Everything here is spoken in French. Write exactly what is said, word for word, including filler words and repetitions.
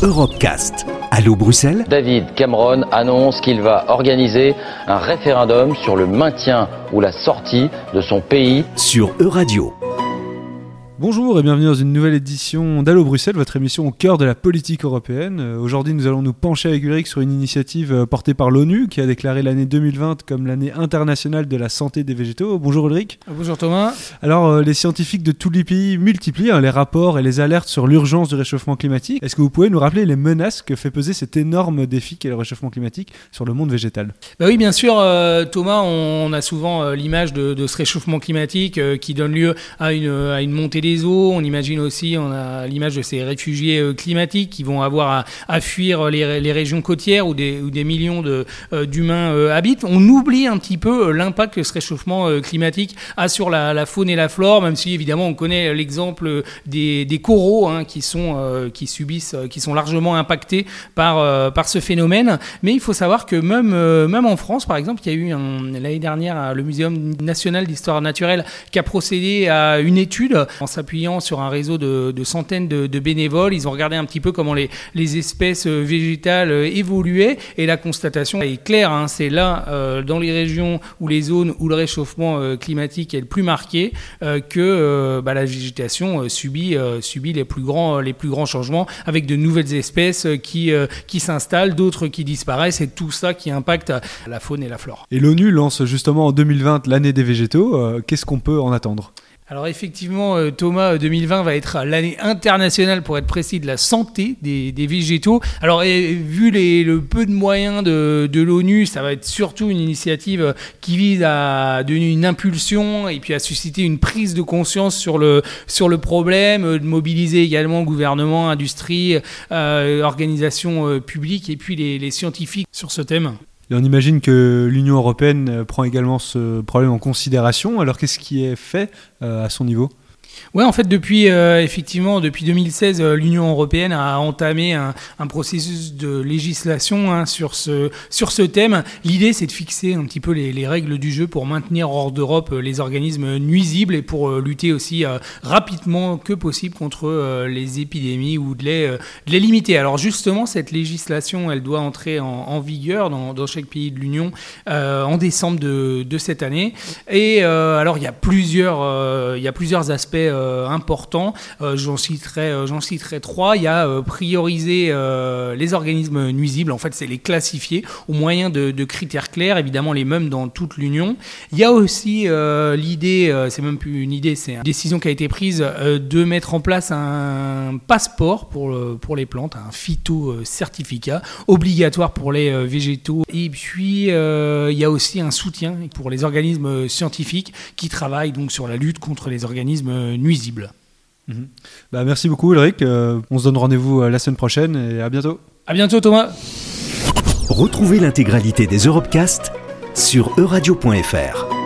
Europecast. Allô Bruxelles ? David Cameron annonce qu'il va organiser un référendum sur le maintien ou la sortie de son pays sur Euradio. Bonjour et bienvenue dans une nouvelle édition d'Allô Bruxelles, votre émission au cœur de la politique européenne. Aujourd'hui, nous allons nous pencher avec Ulrich sur une initiative portée par l'ONU qui a déclaré l'année deux mille vingt comme l'année internationale de la santé des végétaux. Bonjour Ulrich. Bonjour Thomas. Alors, les scientifiques de tous les pays multiplient hein, les rapports et les alertes sur l'urgence du réchauffement climatique. Est-ce que vous pouvez nous rappeler les menaces que fait peser cet énorme défi qu'est le réchauffement climatique sur le monde végétal ? Bah oui, bien sûr, euh, Thomas, on, on a souvent euh, l'image de, de ce réchauffement climatique euh, qui donne lieu à une, à une montée des eaux. On imagine aussi, on a l'image de ces réfugiés euh, climatiques qui vont avoir à, à fuir les, les régions côtières où des, où des millions de, euh, d'humains euh, habitent. On oublie un petit peu euh, l'impact que ce réchauffement euh, climatique a sur la, la faune et la flore, même si évidemment on connaît l'exemple des, des coraux hein, qui sont euh, qui subissent, euh, qui sont largement impactés par euh, par ce phénomène. Mais il faut savoir que même euh, même en France, par exemple, il y a eu un, l'année dernière le Muséum national d'histoire naturelle qui a procédé à une étude en s'appuyant sur un réseau de, de centaines de, de bénévoles. Ils ont regardé un petit peu comment les, les espèces végétales évoluaient et la constatation est claire. Hein, c'est là, euh, dans les régions ou les zones où le réchauffement euh, climatique est le plus marqué, euh, que euh, bah, la végétation euh, subit, euh, subit les plus grands, les plus grands changements avec de nouvelles espèces qui, euh, qui s'installent, d'autres qui disparaissent et tout ça qui impacte la faune et la flore. Et l'ONU lance justement en deux mille vingt l'année des végétaux. Euh, qu'est-ce qu'on peut en attendre ? Alors effectivement, Thomas, deux mille vingt va être l'année internationale, pour être précis, de la santé des, des végétaux. Alors et, vu les, le peu de moyens de, de l'ONU, ça va être surtout une initiative qui vise à donner une impulsion et puis à susciter une prise de conscience sur le, sur le problème, de mobiliser également gouvernement, industrie, euh, organisations euh, publiques et puis les, les scientifiques sur ce thème. Et on imagine que l'Union européenne prend également ce problème en considération. Alors qu'est-ce qui est fait euh, à son niveau ? Ouais, en fait, depuis euh, effectivement, depuis deux mille seize, euh, l'Union européenne a entamé un, un processus de législation hein, sur ce sur ce thème. L'idée, c'est de fixer un petit peu les, les règles du jeu pour maintenir hors d'Europe euh, les organismes nuisibles et pour euh, lutter aussi euh, rapidement que possible contre euh, les épidémies ou de les euh, de les limiter. Alors justement, cette législation, elle doit entrer en, en vigueur dans, dans chaque pays de l'Union euh, en décembre de de cette année. Et euh, alors, il y a plusieurs euh, il y a plusieurs aspects Euh, important. Euh, j'en citerai, euh, j'en citerai trois. Il y a euh, prioriser euh, les organismes nuisibles. En fait, c'est les classifier au moyen de, de critères clairs, évidemment les mêmes dans toute l'Union. Il y a aussi euh, l'idée, euh, c'est même plus une idée, c'est une décision qui a été prise euh, de mettre en place un passeport pour, le, pour les plantes, un phytocertificat obligatoire pour les euh, végétaux. Et puis, euh, il y a aussi un soutien pour les organismes scientifiques qui travaillent donc sur la lutte contre les organismes nuisibles. Mmh. Bah, merci beaucoup Ulrich, euh, on se donne rendez-vous la semaine prochaine et à bientôt. À bientôt Thomas. Retrouvez l'intégralité des Europecast sur euradio point f r.